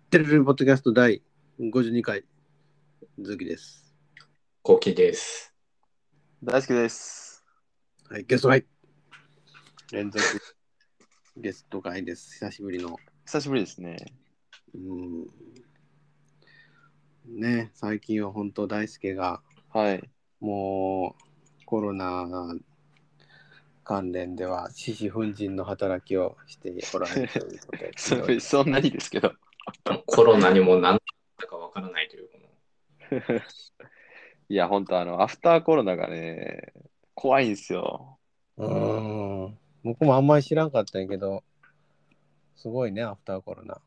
テレビポッドキャスト第52回、鈴木です。 コウキです。 大好きです。 はい、ゲスト会。連続ゲスト会です。久しぶりの。 久しぶりですね。 ね、最近は本当大輔が、 はい。 もうコロナ関連では獅子奮迅の働きをしておられるということを聞いております。 そんなにですけど。 コロナにも何だったかわからないというこの。 いや、本当アフターコロナがね、怖いんですよ。 僕もあんまり知らんかったんやけど、すごいね、アフターコロナ。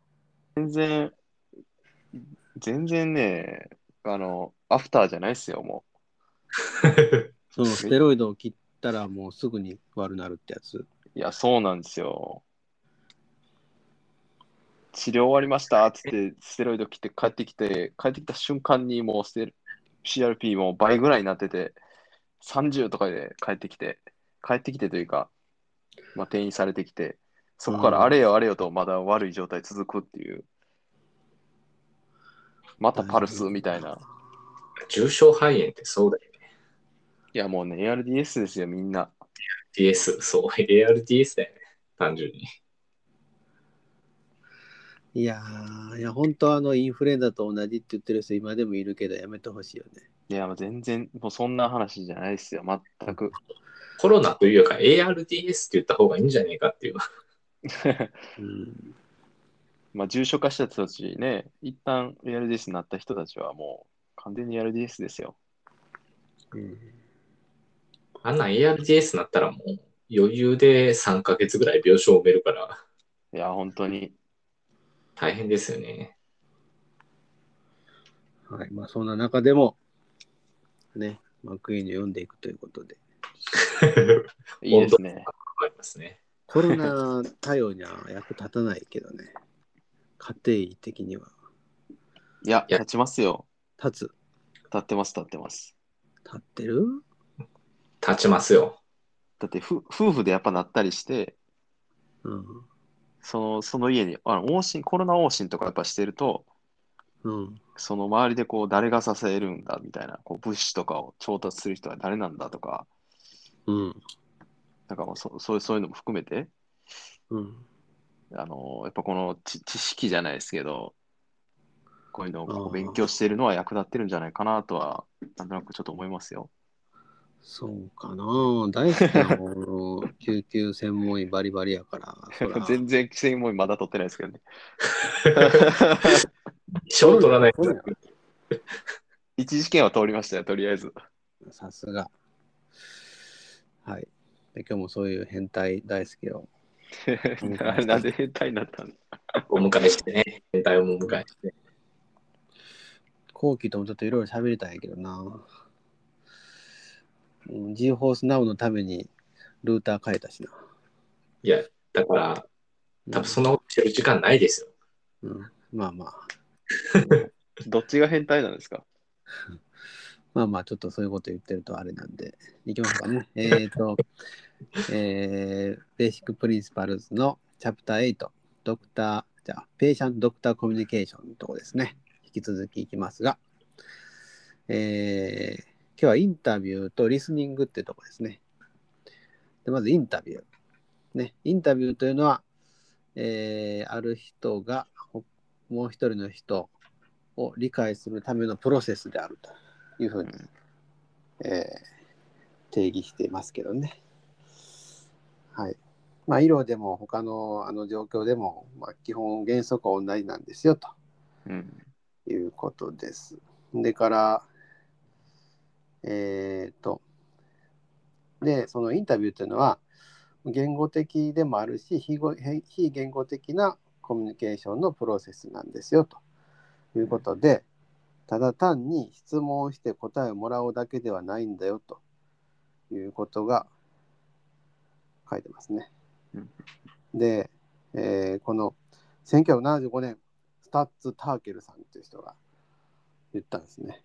全然ね、アフターじゃないですよ、もそのステロイドを切ったらもうすぐに悪なるってやつ。 う。いや、そうなんですよ。治療終わりましたっつって、ステロイド切って帰ってきた瞬間にもうCRP も倍ぐらいになってて、30とかで帰ってきてというか、まあ、転移されてきて、そこからあれよあれよとまだ悪い状態続くっていう、またパルスみたいな。 重症肺炎ってそうだよね。 いや、もうね、ARDS ですよ、みんな。 DS、そう、ARDS だよね。単純に。 いや本当インフルエンザと同じって言ってる人今でもいるけどやめてほしいよね。 いや、もう全然、もうそんな話じゃないですよ、全く。 コロナというか ARDS って言った方がいいんじゃねえかっていう。 まあ、重症化した人たちね、一旦 ARDS になった人たちはもう完全に ARDS ですよ。 あんな ARDS になったらもう余裕で3ヶ月ぐらい病床を埋めるからいや、本当に。 大変ですよね。 はい、まあそんな中でもね、マクイーンを読んでいくということで。 いいですね。 ありますね。 コロナ対応には役立たないけどね、家庭医的には。 いや、立ちますよ。 立立ってます。 ってる。 立ちますよ。 だって夫婦でやっぱなったりして、 うん。 その家に、コロナ往診とかやっぱしてると、 うん。 その周りでこう誰が支えるんだみたいな、こう物資とかを調達する人は誰なんだとか、 うん。 なんかもうそういうのも含めて、 うん。 やっぱこの知識じゃないですけど、こういうのをこう勉強ああ、 しているのは役立ってるんじゃないかなとは、なんとなくちょっと思いますよ。 そうかな。大好きな救急専門医バリバリやから、そら。 全然専門医まだ取ってないですけどね。 賞取らないと。 一次試験は通りましたよ、とりあえず。 さすが。はい。で今日もそういう変態大好きをなんで変態になったの？ お迎えしてね。全体をお迎えして。 後期ともちょっといろいろ喋りたいけどな。G フォースナウのためにルーター変えたしな。 いや、だから、多分そんなことしてる時間ないですよ。 まあまあ。 どっちが変態なんですか？ まあまあ、ちょっとそういうこと言ってるとあれなんで、いきますかね。ベーシックプリンシパルズのチャプター8、ペーシャントドクターコミュニケーションのとこですね。引き続きいきますが、今日はインタビューとリスニングっていうとこですね。でまずインタビュー。ね、インタビューというのは、ある人がもう一人の人を理解するためのプロセスであるというふうに、定義していますけどね。はい。まあ、医療でも他の状況でも、基本原則は同じなんですよということです。でから、で、そのインタビューというのは、言語的でもあるし、非言語的なコミュニケーションのプロセスなんですよということで、ただ単に質問をして答えをもらうだけではないんだよということが書いてますね。で、この1975年、スタッツ・ターケルさんという人が言ったんですね。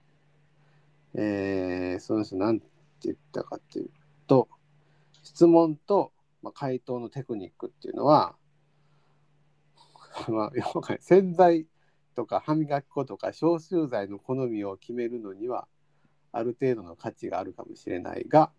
その人何て言ったかというと、質問と、回答のテクニックっていうのは、潜在とか歯磨き粉とか消臭剤の好みを決めるのにはある程度の価値があるかもしれないが、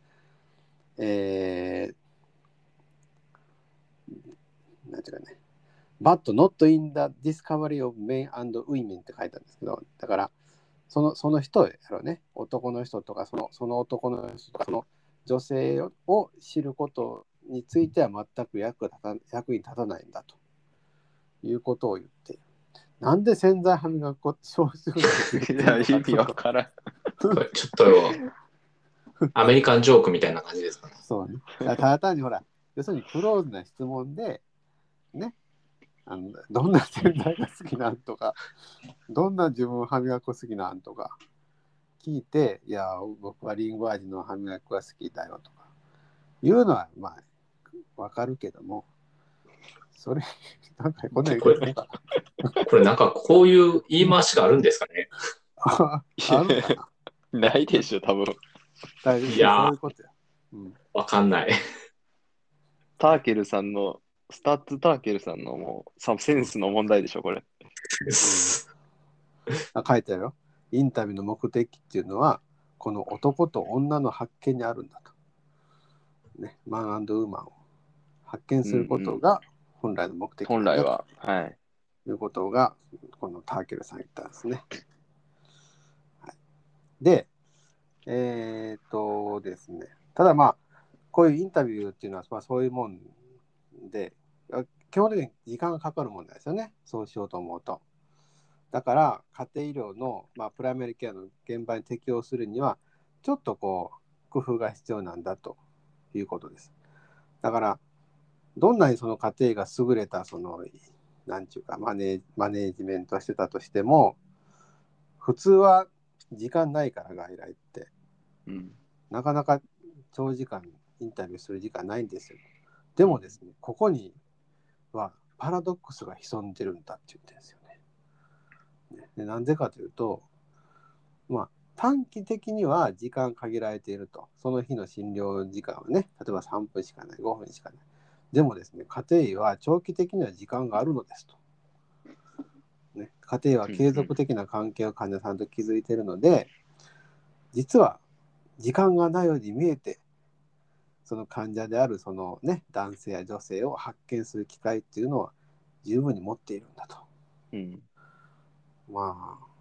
なんていうかね、but not in the discovery of men and women って書いてあるんですけど、だからその人やろね、男の人とかその男の人とかその女性を知ることについては全く役に立たないんだということを言っている。なんで洗剤歯磨き粉消臭剤いや、意味わからん。 これちょっとアメリカンジョークみたいな感じですかね。 そうね。ただ単にほら、要するにクローズな質問で、ね、どんな洗剤が好きなんとか、どんな自分歯磨き粉好きなんとか聞いて、いや、僕はリンゴ味の歯磨き粉が好きだよとかいうのは、まあ、わかるけども、それ、なんかこんなにこれなんかこういう言い回しがあるんですかね。 あるかな。 ないでしょ、多分。 いやーそういうことや。 わかんない。 ターケルさんの、スタッツターケルさんのもうセンスの問題でしょ、これ。 書いてあるよ。インタビューの目的っていうのは、この男と女の発見にあるんだと。ね、マン&ウーマンを発見することが本来の目的なんだと、 本来は。はい。 いうことが、このターケルさん言ったんですね。はい、で、ですね、ただまあ、こういうインタビューっていうのは、まあ、そういうもんで、基本的に時間がかかるもんなんですよね、そうしようと思うと。だから家庭医療の、まあ、プライマリケアの現場に適用するにはちょっとこう工夫が必要なんだということです。だからどんなにその家庭が優れたそのなんていうかマネージメントしてたとしても普通は時間ないから外来って、なかなか長時間インタビューする時間ないんですよ。でもですね、ここにはパラドックスが潜んでるんだって言ってるんですよね。でなんでかというと、まあ、短期的には時間限られていると。その日の診療時間はね、例えば3分しかない、5分しかない。でもですね、家庭医は長期的には時間があるのですと。ね、家庭医は継続的な関係を患者さんと築いているので、実は時間がないように見えて、その患者であるそのね、男性や女性を発見する機会っていうのは十分に持っているんだと。まあ、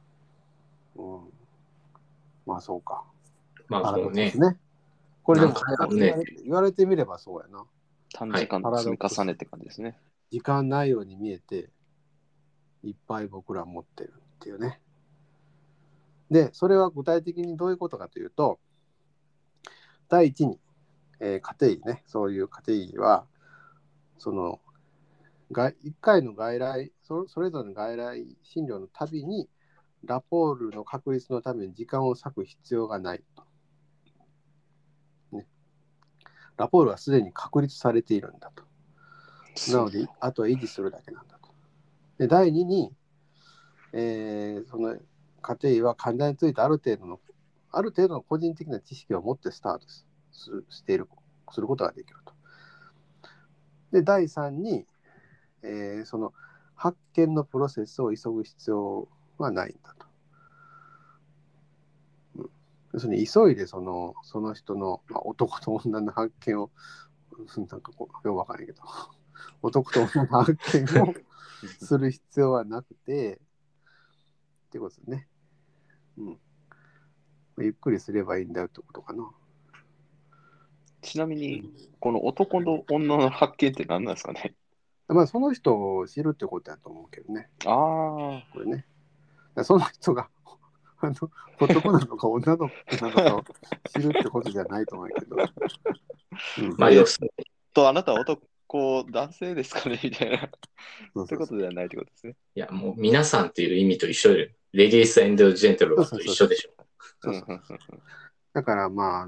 まあそうか。 まあそうね。 ね。これでもね、 言われてみればそうやな。 短時間の積み重ねって感じですね。 時間ないように見えて、いっぱい僕ら持ってるっていうね。で、それは具体的にどういうことかというと、第一に、家庭医ね、そういう家庭医は、その、1回の外来それぞれの外来診療のたびに、ラポールの確立のために時間を割く必要がないと。ね、ラポールはすでに確立されているんだと。なので、あとは維持するだけなんだと。で、第2に、その家庭医は患者についてある程度の個人的な知識を持ってスタートすることができると。で、第3に、その発見のプロセスを急ぐ必要はないんだと。要するに急いでその人の、まあ、男と女の発見をなんかこうよくわかんないけど男と女の発見をする必要はなくてってことですね。ゆっくりすればいいんだよってことかな。 ちなみに、この男と女の発見って何なんですかね。 まあその人を知るってことだと思うけどね。 ああ。 これね。その人が男なのか女の子なのかを知るってことじゃないと思うけど。 まあ要するに。 あなたは男性ですかねみたいな。そういうことではないってことですね。 いや、もう皆さんっていう意味と一緒で、レディース&ジェントルマンと一緒でしょ。 だからまあ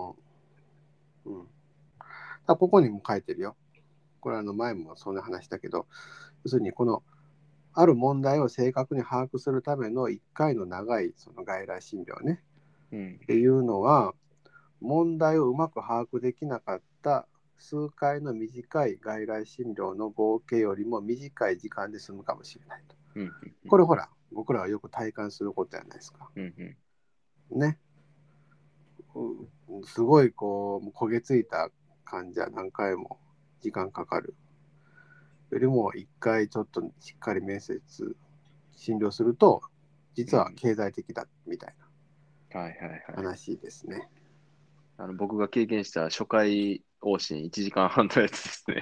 ここにも書いてるよ。これ前もそんな話だけど、要するにこのある問題を正確に把握するための1回の長いその外来診療ね、っていうのは問題をうまく把握できなかった数回の短い外来診療の合計よりも短い時間で済むかもしれないと。 うんうんこれほら、僕らはよく体感することじゃないですか。 うんうんね。すごいこう焦げついた患者何回も時間かかるよりも一回ちょっとしっかり面接診療すると実は経済的だみたいはいはいなはい。 話ですね。 僕が経験した初回往診1時間半のやつですね。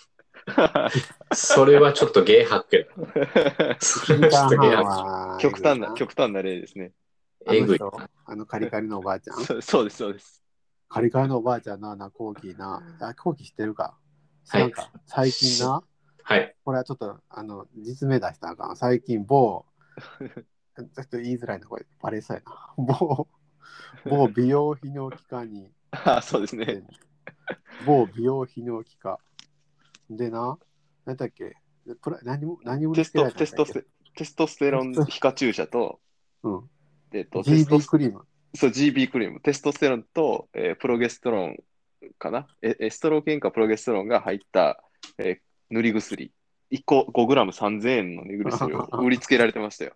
それはちょっとゲー吐くけど。それはちょっとゲー吐く。 は極端な例ですね。 えぐい。 カリカリのおばあちゃんそうです、そうです。 カリカリのおばあちゃんな、コーキーな。コーキー知ってるか知らんか、最近な。 はい。 これはちょっと、実名出したらあかん。最近、ちょっと言いづらいな、これ。バレそうやな。某美容泌尿器科に。 そうですね。 某美容泌尿器科。でな、何だっけ何もテストステロン皮下注射と、 GB クリーム。 そう、GB クリーム。テストステロンと、プロゲステロンかなエストロゲンかプロゲステロンが入った、塗り薬。1個 5g3000 円の塗り薬を売りつけられてましたよ。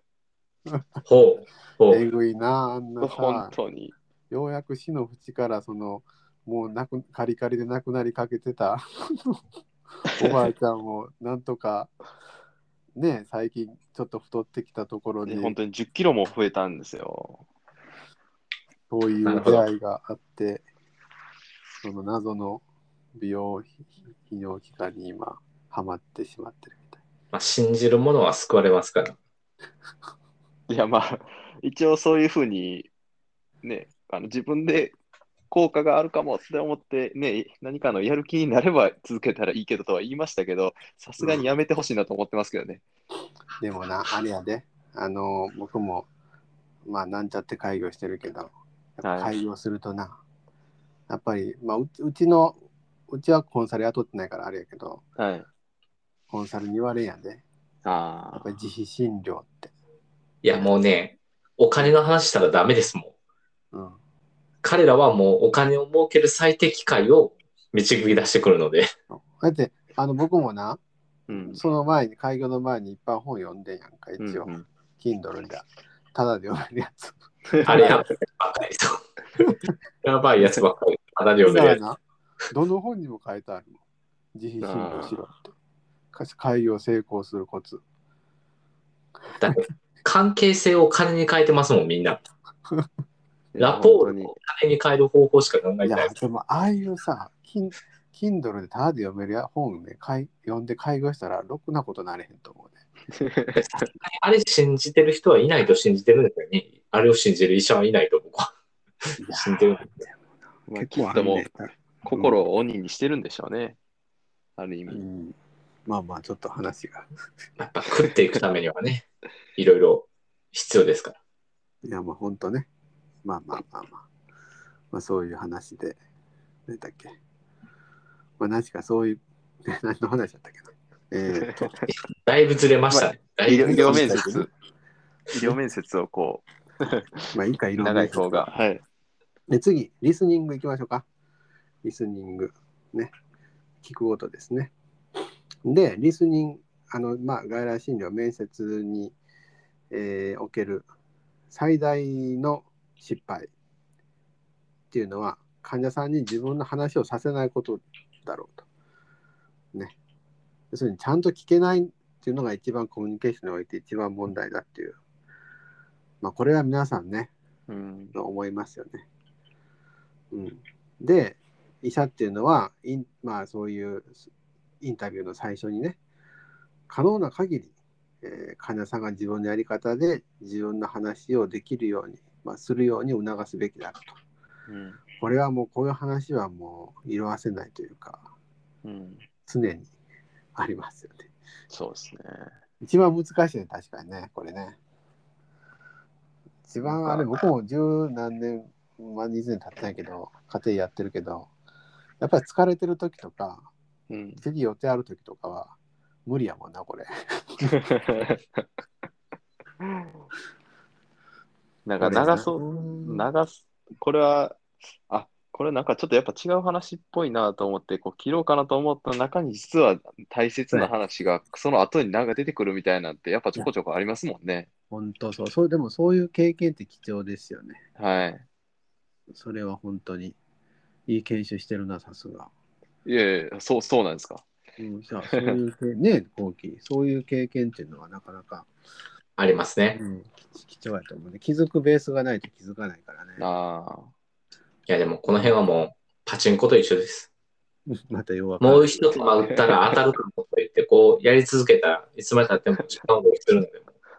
えぐいな、あんなさ。 本当に。 ようやく死の淵からもうカリカリで亡くなりかけてたおばあちゃんをなんとかね、最近ちょっと太ってきたところに本当に10キロも増えたんですよ。 そういう出会いがあって、その謎の美容泌尿器科に今ハマってしまってるみたい。 まあ、信じる者は救われますから。 いや、まあ、一応そういうふうに、ね、自分で効果があるかもって思って、ね、何かのやる気になれば続けたらいいけどとは言いましたけど、さすがにやめてほしいなと思ってますけどね。 でもな、あれやで、僕も、まあ、なんちゃって開業してるけど、やっぱ開業するとな、やっぱり、まあ、うちはコンサル雇ってないからあれやけど、コンサルに言われんやで。やっぱり自費診療って。 いや、もうね、お金の話したらダメですもん。彼らはもうお金を儲ける最適解を導き出してくるので。 だって、僕もな、その前に、開業の前にいっぱい本読んでんやんか、一応。Kindle で、ただで読めるやつ。 あれやばいばっかりそう。やばいやつばっかり。ただで読めるやつ。どの本にも書いてあるもん。自費診療しろって。開業成功するコツ。 だって関係性を金に変えてますもん、みんな。ラポールを金に変える方法しか考えてない。いや、 でも、ああいうさ、Kindle でただで読める本をね、読んで開業したら、ろくなことなれへんと思うね。 あれ信じてる人はいないと信じてるんですよね。あれを信じる医者はいないと僕は信じてるんですよ。 きっともう心を鬼にしてるんでしょうね。ある意味。 まあまあ、ちょっと話が。 やっぱ食っていくためにはね、いろいろ必要ですから。 いや、まあ本当ね。まあそういう話で、何だっけ。まあ何かそういう、何の話だったっけな。 だいぶずれましたね。 医療面接をこう。まあいいか、 長い方が。はい。 で、次、リスニングいきましょうか。リスニング。ね。聞くことですね。で、リスニング、外来診療、面接に、おける最大の失敗っていうのは、患者さんに自分の話をさせないことだろうと。ね。要するに、ちゃんと聞けないっていうのが一番コミュニケーションにおいて一番問題だっていう。まあ、これは皆さんね、思いますよね。で、医者っていうのは、まあ、そういうインタビューの最初にね、可能な限り、患者さんが自分のやり方で自分の話をできるように、するように促すべきだと。これはもうこういう話はもう色あせないというか、常にありますよね。 そうですね。 一番難しいね、確かにね、これね。一番あれ、僕も十何年、20年経ってないけど、家庭やってるけど、やっぱり疲れてる時とか、次予定ある時とかは無理やもんな、これ。 なんか流す。これは、 これなんかちょっとやっぱ違う話っぽいなと思って、こう切ろうかなと思った中に実は大切な話がその後になんか出てくるみたいなんてやっぱちょこちょこありますもんね。 本当そう。でもそういう経験って貴重ですよね。 はい。 それは本当にいい研修してるな、さすが。 いやいや、そうなんですか。 じゃあそういうね、後期、そういう経験っていうのはなかなか、 ありますね。 貴重やと思うね。気づくベースがないと気づかないからね。 ああ。 いや、でもこの辺はもうパチンコと一緒です。 また弱もう一球打ったら当たるかもと言って、こうやり続けたらいつまで経っても時間を浪費するので。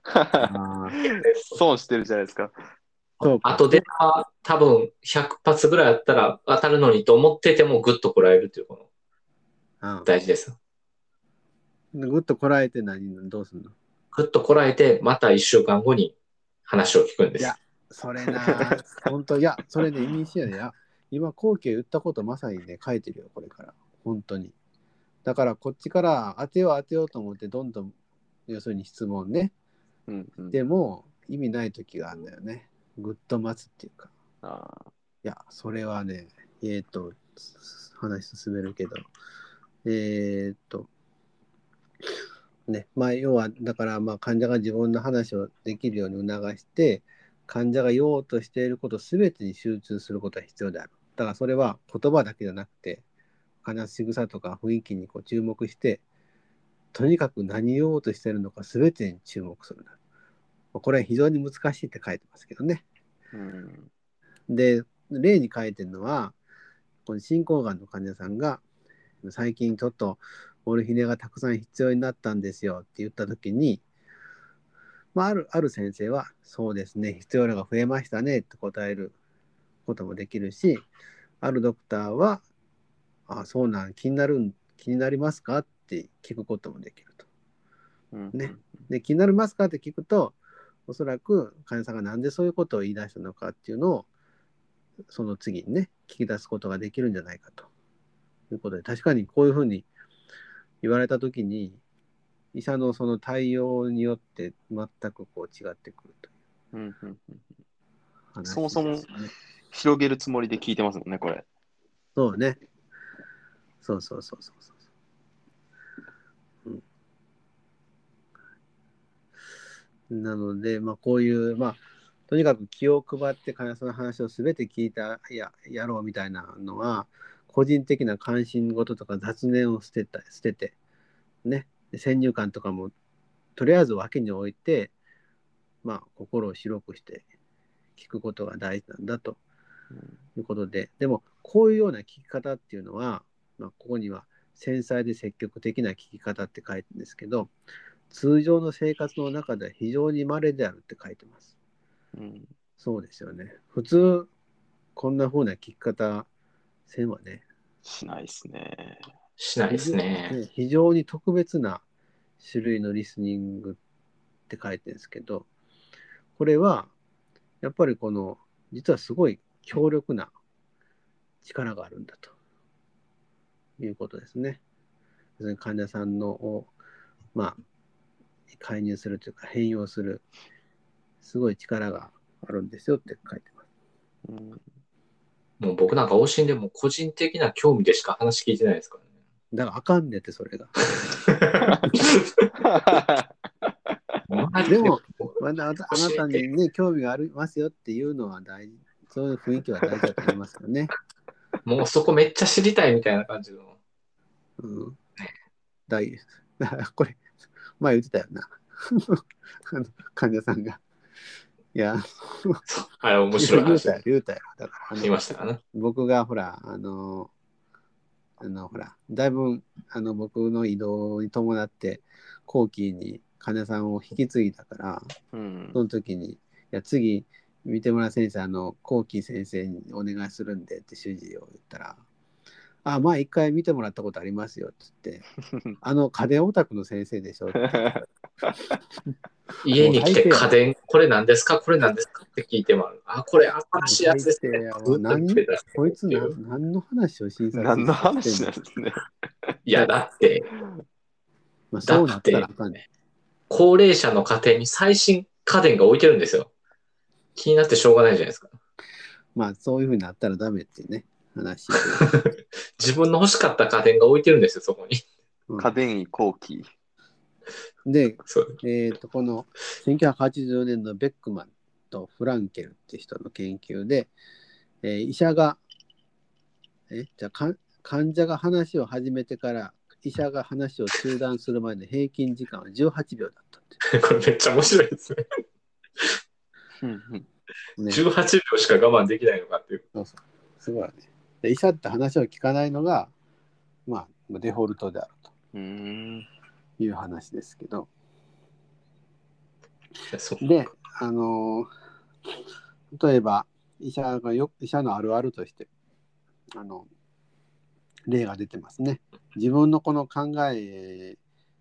損してるじゃないですか。 あとで多分100発ぐらいあったら当たるのにと思っててもグッとこらえるっていうこの大事です。 グッとこらえてどうするの？ グッとこらえてまた1週間後に話を聞くんです。 いや、それな、本当いや、それね、意味深やで、今、後期言ったことまさにね、書いてるよ、これから。本当に。だから、こっちから当てようと思って、どんどん、要するに質問ね。でも、意味ない時があるんだよね。ぐっと待つっていうか。いや、それはね、話進めるけど、ね、まあ、要は、だから、まあ、患者が自分の話をできるように促して、患者が言おうとしていることすべてに集中することが必要である。だからそれは言葉だけじゃなくて、話し草とか雰囲気にこう注目して、とにかく何言おうとしているのかすべてに注目する。これは非常に難しいって書いてますけどね。で、例に書いてるのは、この進行がんの患者さんが、最近ちょっとモルヒネがたくさん必要になったんですよって言ったときに、まあ、ある先生は、そうですね、必要量が増えましたねって答えることもできるし、あるドクターは、そうなん気になりますかって聞くこともできると。ね。で、気になりますかって聞くと、おそらく患者さんがなんでそういうことを言い出したのかっていうのを、その次にね、聞き出すことができるんじゃないかということで、確かにこういうふうに言われたときに、医者のその対応によって全くこう違ってくるという話ですね。 そもそも広げるつもりで聞いてますもんね、これ。 そうね。そう。なので、まあ、こういう、まあ、とにかく気を配って患者さんの話を全て聞いたやろうみたいなのは、個人的な関心事とか雑念を捨てて、ね、先入観とかもとりあえず脇に置いて、まあ、心を白くして聞くことが大事なんだということで、でもこういうような聞き方っていうのは、まあ、ここには繊細で積極的な聞き方って書いてるんですけど、通常の生活の中では非常に稀であるって書いてます。そうですよね。普通こんな風な聞き方せんはね。 しないですね。 しないですね。 非常に特別な種類のリスニングって書いてるんですけど、これはやっぱり実はすごい強力な力があるんだということですね。患者さんのまあ、介入するというか変容するすごい力があるんですよって書いてます。 もう僕なんか往診でも個人的な興味でしか話聞いてないですからね。 だからあかんねってそれが。でも、あなたにね、興味がありますよっていうのは大事。そういう雰囲気は大事だと思いますよね。 もうそこめっちゃ知りたいみたいな感じの。 大事です。だからこれ、前言ってたよな。患者さんが。いや、 あれ面白い話。 言うたよ。だから言いましたかね。 僕がほら、だいぶ僕の移動に伴って後期に患者さんを引き継いだから、その時に、いや次三手村先生後期先生にお願いするんでって主治を言ったら、まあ一回見てもらったことありますよって言って家電オタクの先生でしょって家に来て家電これ何ですかこれ何ですかって聞いてもこれ新しいやつですね。 こいつ何の話を診察何の話なんですね。 いやだって、 そうなったら高齢者の家庭に最新家電が置いてるんですよ。気になってしょうがないじゃないですか。 まあそういうふうになったらダメってね。 話自分の欲しかった家電が置いてるんですよ、そこに。 家電移行期。 で、 そう。 この1980年のベックマンとフランケルって人の研究で、医者が、じゃあ患者が話を始めてから医者が話を中断するまでの平均時間は18秒だったって。 これめっちゃ面白いですね。18秒しか我慢できないのかっていう。 そうそう。すごいね。で医者って話を聞かないのが、まあ、デフォルトであるという話ですけど。で、例えば医者のあるあるとして例が出てますね。自分のこの考え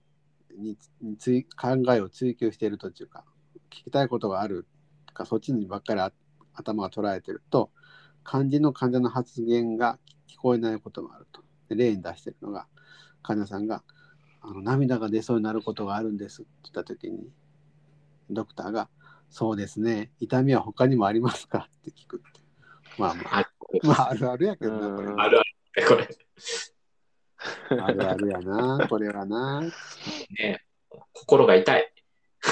を追求しているというか、聞きたいことがあるか、そっちにばっかり頭が捉えてると、肝心の患者の発言が聞こえないこともあると。で例に出しているのが、患者さんが涙が出そうになることがあるんですって言ったときに、ドクターが、そうですね、痛みは他にもありますかって聞くって。まああるあるやけどな、これ。 あるある、これ。 あるあるやな、これはな。 ね、心が痛い。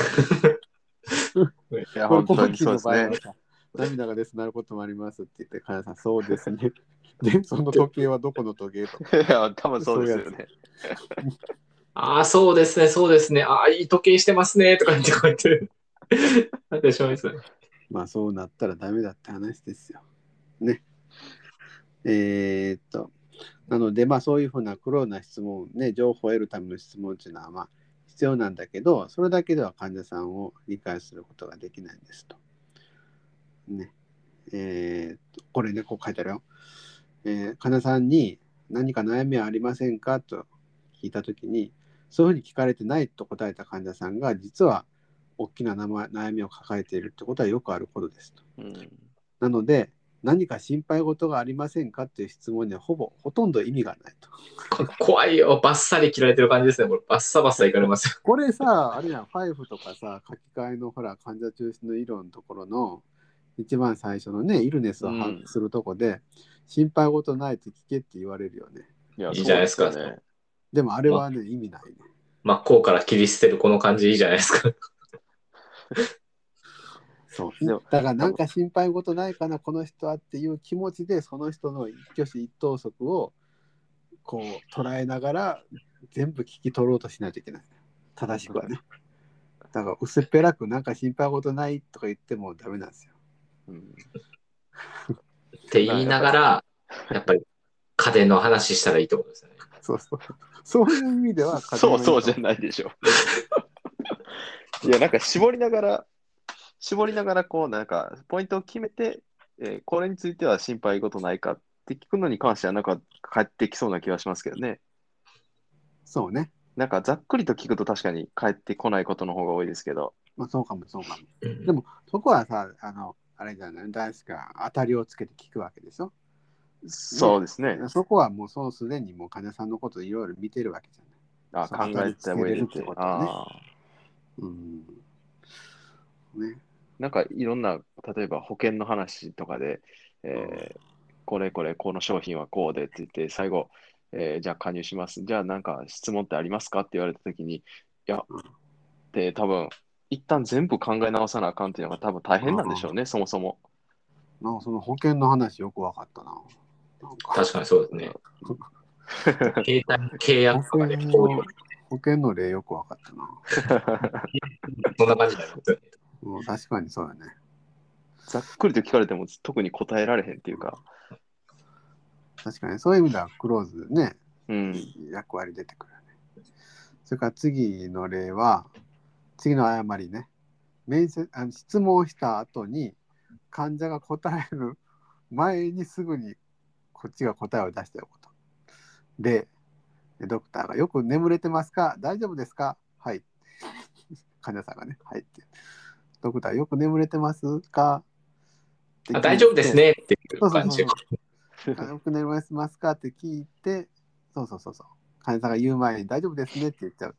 いや、本当にそうですね。 涙がですなることもありますって言って、患者さん、そうですね。で、その時計はどこの時計とか。 いや、多分そうですよね。 ああ、そうですね、そうですね。ああ、いい時計してますね、とか言ってこうやって。なんでしょうですね。 まあ、そうなったらダメだって話ですよ。ね。なので、まあ、そういうふうな苦労な質問、ね、情報を得るための質問っていうのは、まあ、必要なんだけど、それだけでは患者さんを理解することができないんですと。ね。これね、こう書いてあるよ。患者さんに何か悩みはありませんかと聞いたときに、そういうふうに聞かれてないと答えた患者さんが、実は大きな悩みを抱えているってことはよくあることですと。なので、何か心配事がありませんかっていう質問にはほとんど意味がないと。 怖いよ、バッサリ切られてる感じですね。これバッサバッサいかれますよ。 これさ、あれやん、5とかさ、書き換えのほら、患者中心の医療のところの一番最初のね、イルネスを把握するとこで、心配事ないと聞けって言われるよね。 いや、 いいじゃないですか。 ね、 でもあれはね、意味ないね。 真っ向から切り捨てるこの感じいいじゃないですか。 そうだからなんか心配事ないかなこの人はっていう気持ちでその人の一挙手一投足をこう捉えながら全部聞き取ろうとしないといけない。正しくはね。だから薄っぺらくなんか心配事ないとか言ってもダメなんですよ。 って言いながらやっぱり家電の話したらいいってことですよね。 そういう意味ではそうじゃないでしょ。いや、なんか絞りながらこうなんかポイントを決めて、これについては心配事ないかって聞くのに関してはなんか返ってきそうな気がしますけどね。 そうね。 なんかざっくりと聞くと確かに返ってこないことの方が多いですけど。 まあそうかも。でもそこはさ、あれじゃない、大好きが当たりをつけて聞くわけでしょ。 そうですね。 そこはもうすでにもう患者さんのことをいろいろ見てるわけじゃない。 考えて上でってことね。なんかいろんな、例えば保険の話とかで、この商品はこうでって言って、最後、じゃあ加入します。じゃあなんか質問ってありますかって言われたときに、いや、って多分、一旦全部考え直さなあかんっていうのが多分大変なんでしょうね、そもそも。 なんかその保険の話よく分かったな。 確かにそうですね。契約とかで保険の例よく分かったな。 そんな感じになりますよね。 確かにそうだね。 ざっくりと聞かれても特に答えられへんっていうか。 確かにそういう意味ではクローズね、役割出てくるよね。それから次の例は、次の誤りね。質問した後に患者が答える前にすぐにこっちが答えを出しておくこと。で、ドクターがよく眠れてますか？大丈夫ですか？はい。患者さんがね、はいって。ドクターよく眠れてますか？ 大丈夫ですねっていう感じ。 よく眠れてますかって聞いて、そう。患者さんが言う前に大丈夫ですねって言っちゃうって。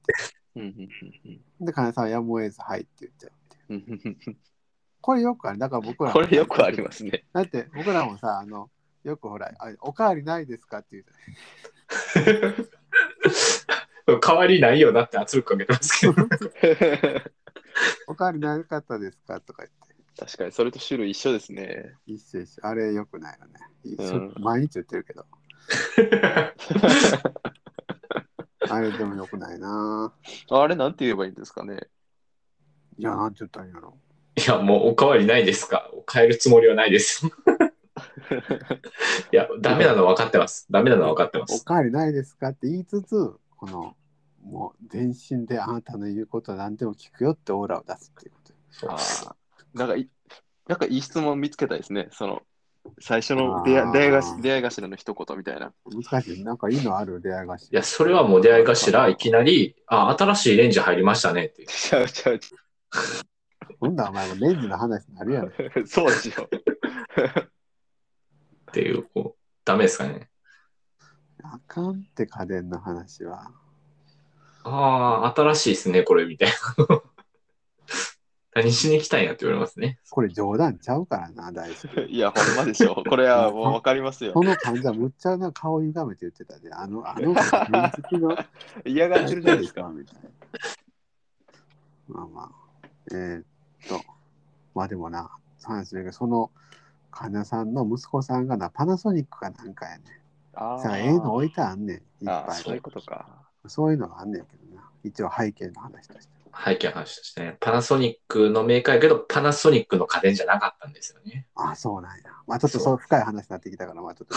で、患者さんはやむを得ずはいって言っちゃうって。これよくある。だから僕らこれよくありますね。 だって僕らもさ、 よくほら、おかわりないですかって言う変わりないよなって圧力かけてますけど。 おかわりなかったですかとか言って。 確かに、それと種類一緒ですね。 一緒一緒。あれよくないよね。 うん毎日言ってるけど。あれでもよくないな。 あれ、なんて言えばいいんですかね。 いや、なんて言ったらいいんやろ。 いや、もうおかわりないですか？変えるつもりはないですよ。いや、ダメなの分かってます。ダメなのは分かってまおす。 かわりないですかって言いつつ、もう全身であなたの言うことは何でも聞くよってオーラを出すっていうこと。 ああ、なんかいい質問見つけたいですね。最初の出会い頭の一言みたいな。 難しい。なんかいいのある出会い頭。 いや、それはもう出会い頭、いきなり、新しいレンジ入りましたねっていう。 ちゃうちゃう。 なんだお前もレンジの話になるやん。 そうですよ。 っていう、ダメですかね。 あかんって家電の話は。 新しいですね、これ、みたいな。何しに来たんやって言われますね。 これ冗談ちゃうからな、大好き。 いや、ほんまでしょ。これはもう分かりますよ。 その患者むっちゃな顔歪めて言ってたで、原付の嫌がってるじゃないですか。 みたいな。まあまあ。まあでもな、話するけど、その患者さんの息子さんがパナソニックかなんかやね。さあ、の置いてあんねん、いっぱい。 そういうことか。 そういうのがあんねんけどな。一応背景の話として。 背景の話としてね。パナソニックのメーカーやけど、パナソニックの家電じゃなかったんですよね。 そうなんや。まあちょっとそう深い話になってきたから、まあちょっ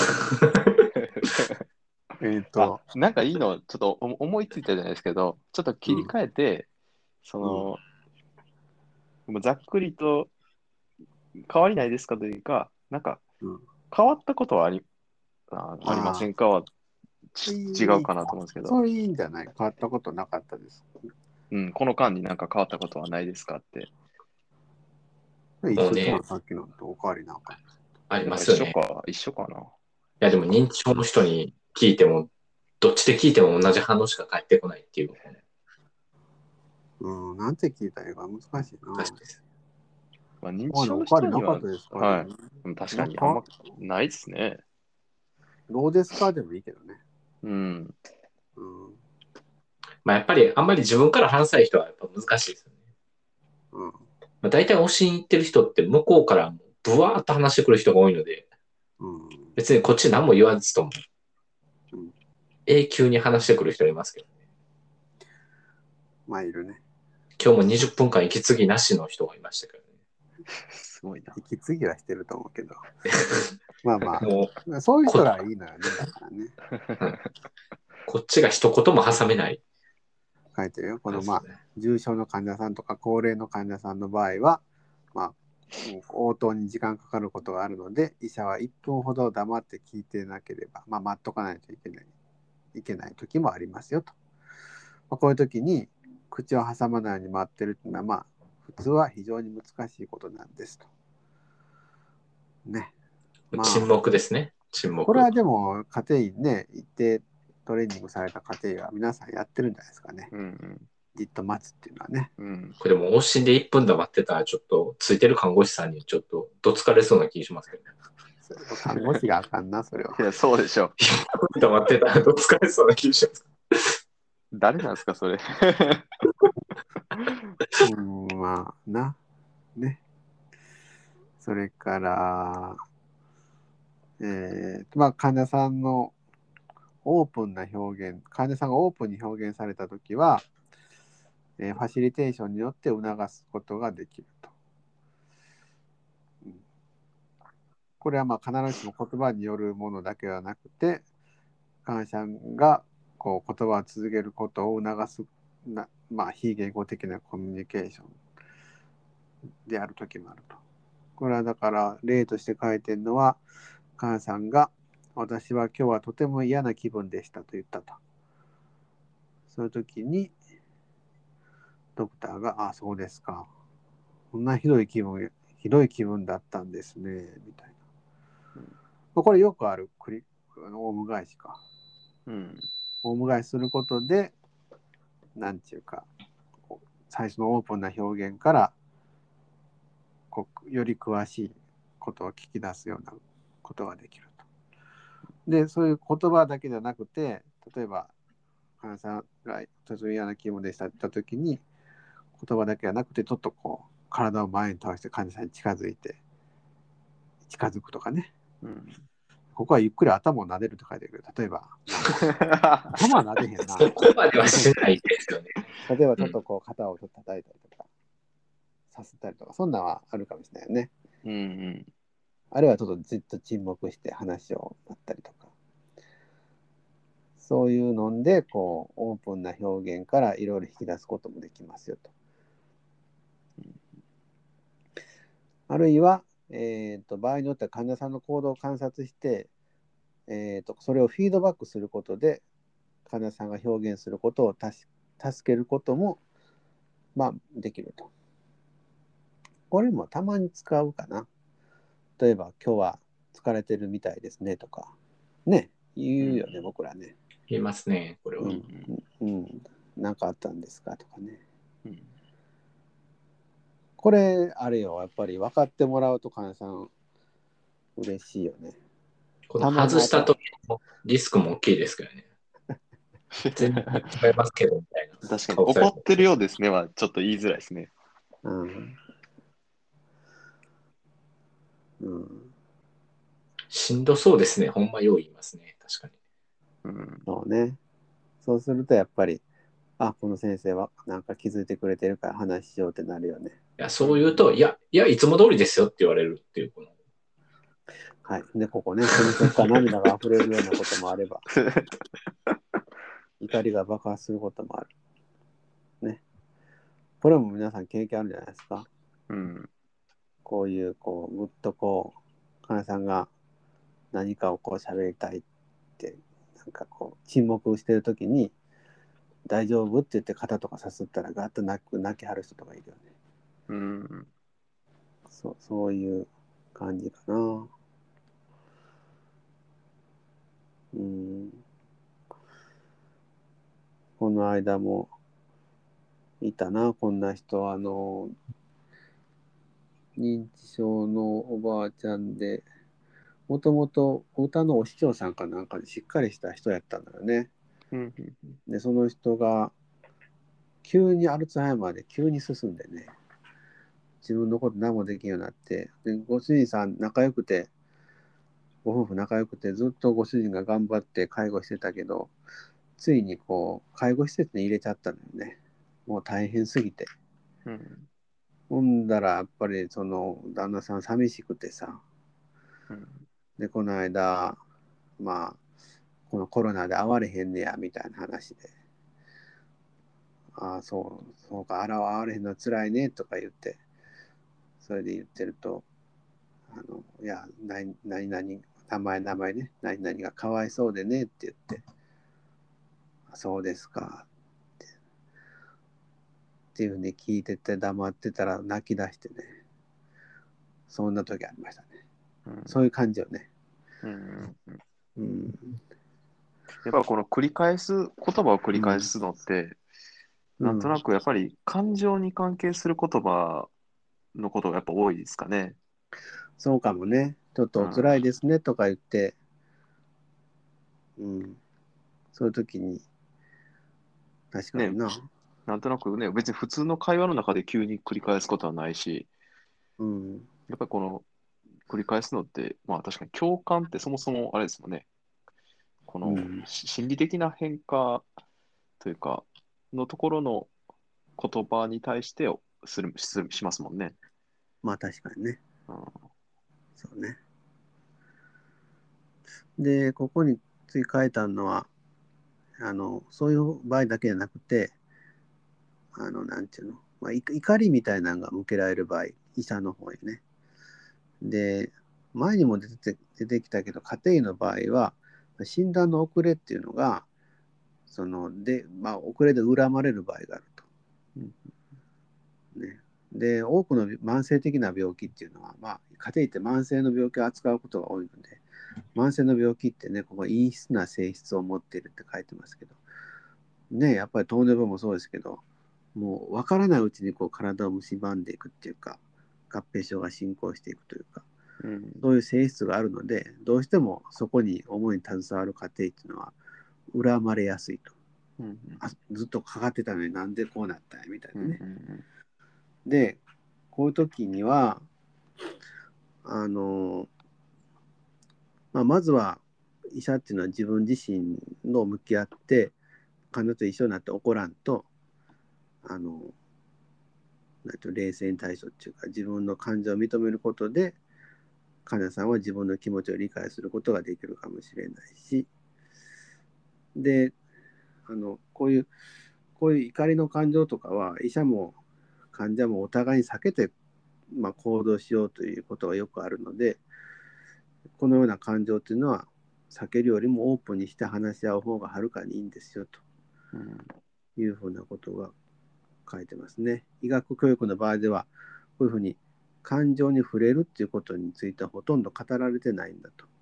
と。 なんかいいの、ちょっと思いついたじゃないですけど、ちょっと切り替えて、もうざっくりと変わりないですかというか、なんか変わったことはありませんかは違うかなと思うんですけど。 そういいんじゃない？変わったことなかったです。 この間になんか変わったことはないですかって。 一緒じゃん、さっきのとおかわりなんか。 ありますよね。 一緒かな。いや、でも認知症の人に聞いても、どっちで聞いても同じ反応しか返ってこないっていう。 なんて聞いたらいいか難しいな。 確かに。まあ、認知症の人には、はい。確かにあんまないですね。 どうですかでもいいけどね。 まあやっぱりあんまり自分から話さない人はやっぱ難しいですよね。まあ、大体推しに行ってる人って向こうからブワーッと話してくる人が多いので、別にこっち何も言わずとも、永久に話してくる人いますけどね。 まあいるね。 今日も20分間息継ぎなしの人がいましたけどね。 すごいな。 息継ぎはしてると思うけど。まあまあ、そういう人がいいのよね。だからね。 こっちが一言も挟めない。 書いてるよ。この重症の患者さんとか高齢の患者さんの場合は、応答に時間かかることがあるので、医者は1分ほど黙って聞いてなければ、待っとかないといけない時もありますよと。こういう時に口を挟まないように待ってるっていうのは、普通は非常に難しいことなんですと。ね。 沈黙ですね。沈黙。 これはでも家庭医ね、一定トレーニングされた家庭医は皆さんやってるんじゃないですかね。じっと待つっていうのはね。 これでも往診で1分黙ってたらちょっとついてる看護師さんにちょっとどつかれそうな気しますけどね。 看護師があかんな、それは。 いや、そうでしょ。 黙ってたらどつかれそうな気します。 誰なんですか、それ。 ね。それから、患者さんのオープンな表現、患者さんがオープンに表現されたときは、ファシリテーションによって促すことができると。これは必ずしも言葉によるものだけではなくて、患者さんが言葉を続けることを促す非言語的なコミュニケーションであるときもあると。これはだから例として書いてるのは、患者さんが私は今日はとても嫌な気分でしたと言ったと。そういう時にドクターがそうですか。こんなひどい気分だったんですねみたいな。これよくあるオウム返しか。オウム返しすることでなんていうか最初のオープンな表現からより詳しいことを聞き出すようなことができると。 で、そういう言葉だけじゃなくて、例えば、患者さんがとても嫌な気分でしたって言った時に、言葉だけじゃなくて、ちょっとこう、体を前に倒して患者さんに近づくとかね。 うん、 ここはゆっくり頭を撫でると書いてるけど、例えば、頭は撫でへんな。 そこまではしないですよね。 例えばちょっとこう肩をちょっと叩いたりとか、さすったりとか、そんなんはあるかもしれないよね。 うんうん、 あるいはちょっとじっと沈黙して話をなったりとか。そういうので、こう、オープンな表現からいろいろ引き出すこともできますよと。あるいは、場合によっては患者さんの行動を観察して、それをフィードバックすることで、患者さんが表現することを助けることも、まあ、できると。これもたまに使うかな。例えば、今日は疲れてるみたいですねとか、ね、言うよね、僕らね。 言いますね、これは。 なんかあったんですかとかね。 うん、 これ、あれよ、やっぱり分かってもらうと患者さん嬉しいよね。 この外した時のリスクも大きいですけどね。全然違いますけど、みたいな。 確かに、怒ってるようですねは、ちょっと言いづらいですね。 うん。うん。 しんどそうですね。ほんまよう言いますね。確かに。 うん、 そうね。そうすると、やっぱり、あ、この先生はなんか気づいてくれてるから話しようってなるよね。 いや、そう言うと、いや、いつも通りですよって言われるっていう、この。 はい。で、ここね、その瞬間涙が溢れるようなこともあれば、怒りが爆発することもある。ね。これも皆さん経験あるんじゃないですか。 うん、 こういう、こう、ぐっとこう、患者さんが何かをこう喋りたいって、なんかこう、沈黙してるときに、大丈夫って言って肩とかさすったらガッと泣きはる人とかいるよね。 うん、 そういう感じかな。うん。この間もいたな、こんな人。認知症のおばあちゃんで、もともと歌のお師匠さんかなんかでしっかりした人やったんだよね。 うん、 で、その人が急にアルツハイマーで急に進んでね、自分のこと何もできんようになって、で、ご主人さん仲良くて、ご夫婦仲良くて、ずっとご主人が頑張って介護してたけど、ついにこう、介護施設に入れちゃったのよね。もう大変すぎて。 うん、 ほんだら、やっぱりその旦那さん寂しくてさ、 うん、 で、この間、まあ、このコロナで会われへんねや、みたいな話で、ああ、そうか、会われへんのつらいね、とか言って、それで言ってると、いや、何々、名前ね、何々がかわいそうでねって言って、そうですかっていうふうに聞いてて黙ってたら泣き出してね、そんな時ありましたね。そういう感じよね。 うん、 うん。 やっぱこの言葉を繰り返すのって、なんとなくやっぱり感情に関係する言葉のことがやっぱ多いですかね。 そうかもね。ちょっとお辛いうですねとか言って、うん。そういう時に、確ん、ね、 かにな。 なんとなくね、別に普通の会話の中で急に繰り返すことはないし、 うん。 やっぱりこの繰り返すのって、まあ確かに共感ってそもそもあれですもんね。このうん。 心理的な変化というか、のところの言葉に対してしますもんね。 まあ確かにね。 うん、 そうね。で、ここに追加えたのは、そういう場合だけじゃなくて、なんていうの、まあ、怒りみたいなのが向けられる場合、医者の方へね。で、前にも出てきたけど、家庭医の場合は、診断の遅れっていうのが、まあ、遅れで恨まれる場合があると。ね。で、多くの慢性的な病気っていうのは、まあ、家庭医って慢性の病気を扱うことが多いので、慢性の病気ってね、ここ陰湿な性質を持っているって書いてますけど、ね、やっぱり糖尿病もそうですけど、もう分からないうちにこう体を蝕んでいくっていうか、合併症が進行していくというか、 そういう性質があるので、どうしてもそこに主に携わる家庭っていうのは恨まれやすいと。ずっとかかってたのになんでこうなったんやみたいなね。で、こういう時にはまずは医者っていうのは自分自身の向き合って患者と一緒になって怒らんとなんていう冷静に対処っていうか、自分の感情を認めることで患者さんは自分の気持ちを理解することができるかもしれないし、でこういう怒りの感情とかは医者も患者もお互いに避けて、行動しようということがよくあるので、このような感情というのは避けるよりもオープンにして話し合う方がはるかにいいんですよというふうなことが書いてますね。医学教育の場合ではこういうふうに感情に触れるっていうことについてはほとんど語られてないんだと。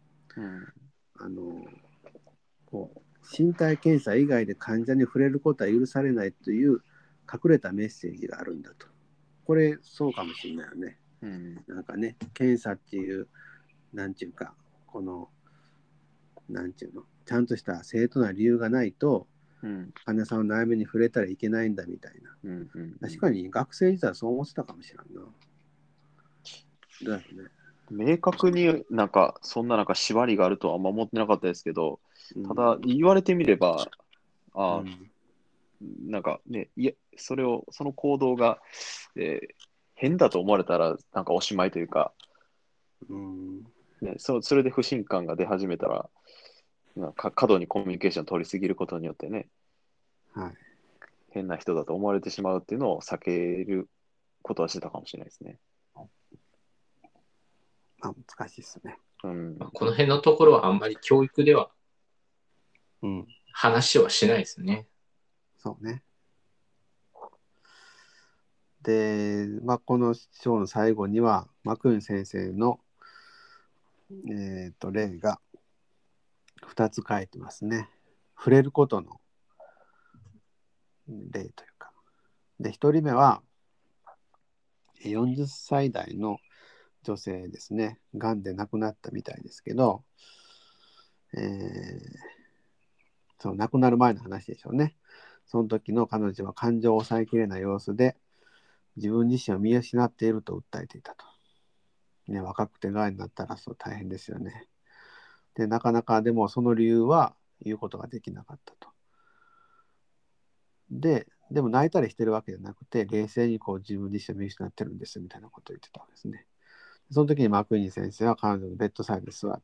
身体検査以外で患者に触れることは許されないという隠れたメッセージがあるんだと。これそうかもしれないよね。なんかね、検査っていうなんていうかなんていうの、ちゃんとした正当な理由がないと、患者さんの悩みに触れたらいけないんだみたいな。確かに学生時代はそう思ってたかもしれんな。だよね。 明確にそんな縛りがあるとはあんま思ってなかったですけど、ただ言われてみれば、その行動が、変だと思われたらおしまいというか、それで不信感が出始めたら、過度にコミュニケーションを取りすぎることによってね、変な人だと思われてしまうっていうのを避けることはしてたかもしれないですね。 難しいですね。 この辺のところはあんまり教育では話はしないですね。 そうね。で、この章の最後にはマクーン先生の、例が2つ書いてますね。触れることの例というか。で、1人目は40歳代の女性ですね。がんで亡くなったみたいですけど、その亡くなる前の話でしょうね。その時の彼女は感情を抑えきれない様子で自分自身を見失っていると訴えていたと。ね、若くてがんになったらそう大変ですよね。で、なかなかでもその理由は言うことができなかったと。でも泣いたりしてるわけじゃなくて、冷静に自分自身を見失ってるんですみたいなことを言ってたわけですね。その時にマクイーン先生は彼女のベッドサイドに座って、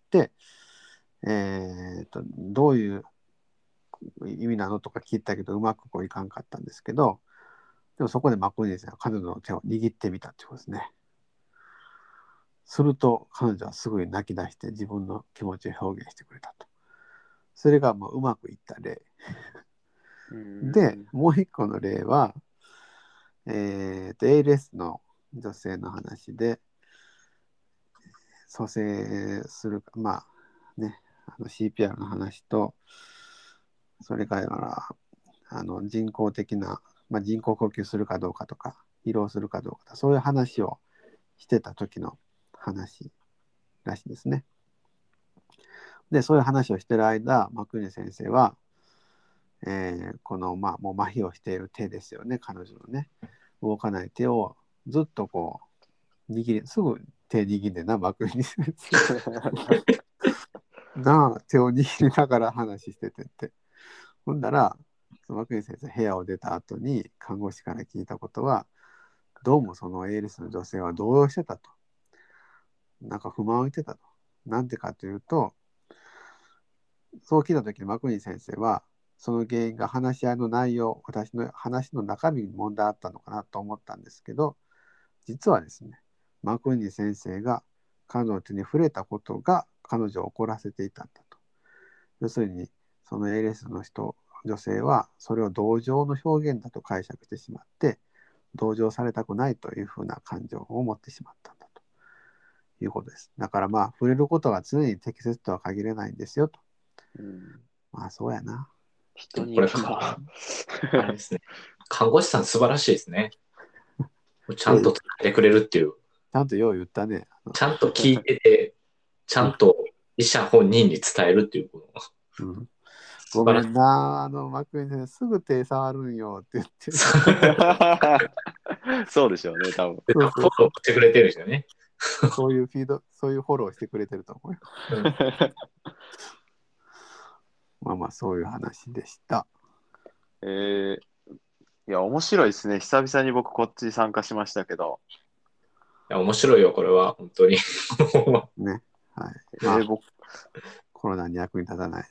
どういう意味なのとか聞いたけどうまくいかんかったんですけど、でもそこでマクイーン先生は彼女の手を握ってみたということですね。すると彼女はすぐに泣き出して自分の気持ちを表現してくれたと。それがうまくいった例。で、もう一個の例は、ALS の女性の話で、蘇生する、CPR の話と、それから人工的な、人工呼吸するかどうかとか、疲労するかどうかとか、そういう話をしてた時の話らしいですね。で、そういう話をしてる間、マクーネ先生は、この、もう麻痺をしている手ですよね、彼女のね。動かない手をずっとすぐ手握んでな、マクーネ先生。手を握りながら話しててって。ほんだら、マクーネ先生、部屋を出た後に看護師から聞いたことは、どうもそのALSの女性は動揺してたと。不満を言ってたと。なんでかというと、そう聞いたときにマクニー先生は、その原因が話し合いの内容、私の話の中身に問題あったのかなと思ったんですけど、実はですね、マクニー先生が彼女の手に触れたことが彼女を怒らせていたんだと。要するに、その ALS の女性はそれを同情の表現だと解釈してしまって、同情されたくないというふうな感情を持ってしまったんだということです。だから触れることが常に適切とは限らないんですよと。そうやな。 人によるな。あれですね。看護師さん素晴らしいですね。ちゃんと伝えてくれるっていう。 ちゃんとよう言ったね。 ちゃんと聞いてて、ちゃんと医者本人に伝えるっていうこと。 うん、ごめんな、マクエン先生、すぐ手触るんよって言ってる。 そうでしょうね、多分。 フォローしてくれてる人ね。 そういうフィード、そういうフォローしてくれてると思うよ。まあまあ、そういう話でした。 いや、面白いですね。久々に僕こっち参加しましたけど。 いや、面白いよ、これは、本当に。 ね。はい。まあ、コロナに役に立たない。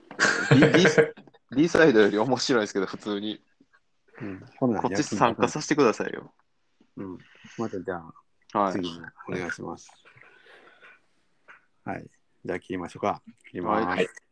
D サイドより面白いですけど、普通に。 うん、 こっち参加させてくださいよ。 うん。またじゃあ、はい、次もお願いします。はい。じゃあ切りましょうか。切ります。はい。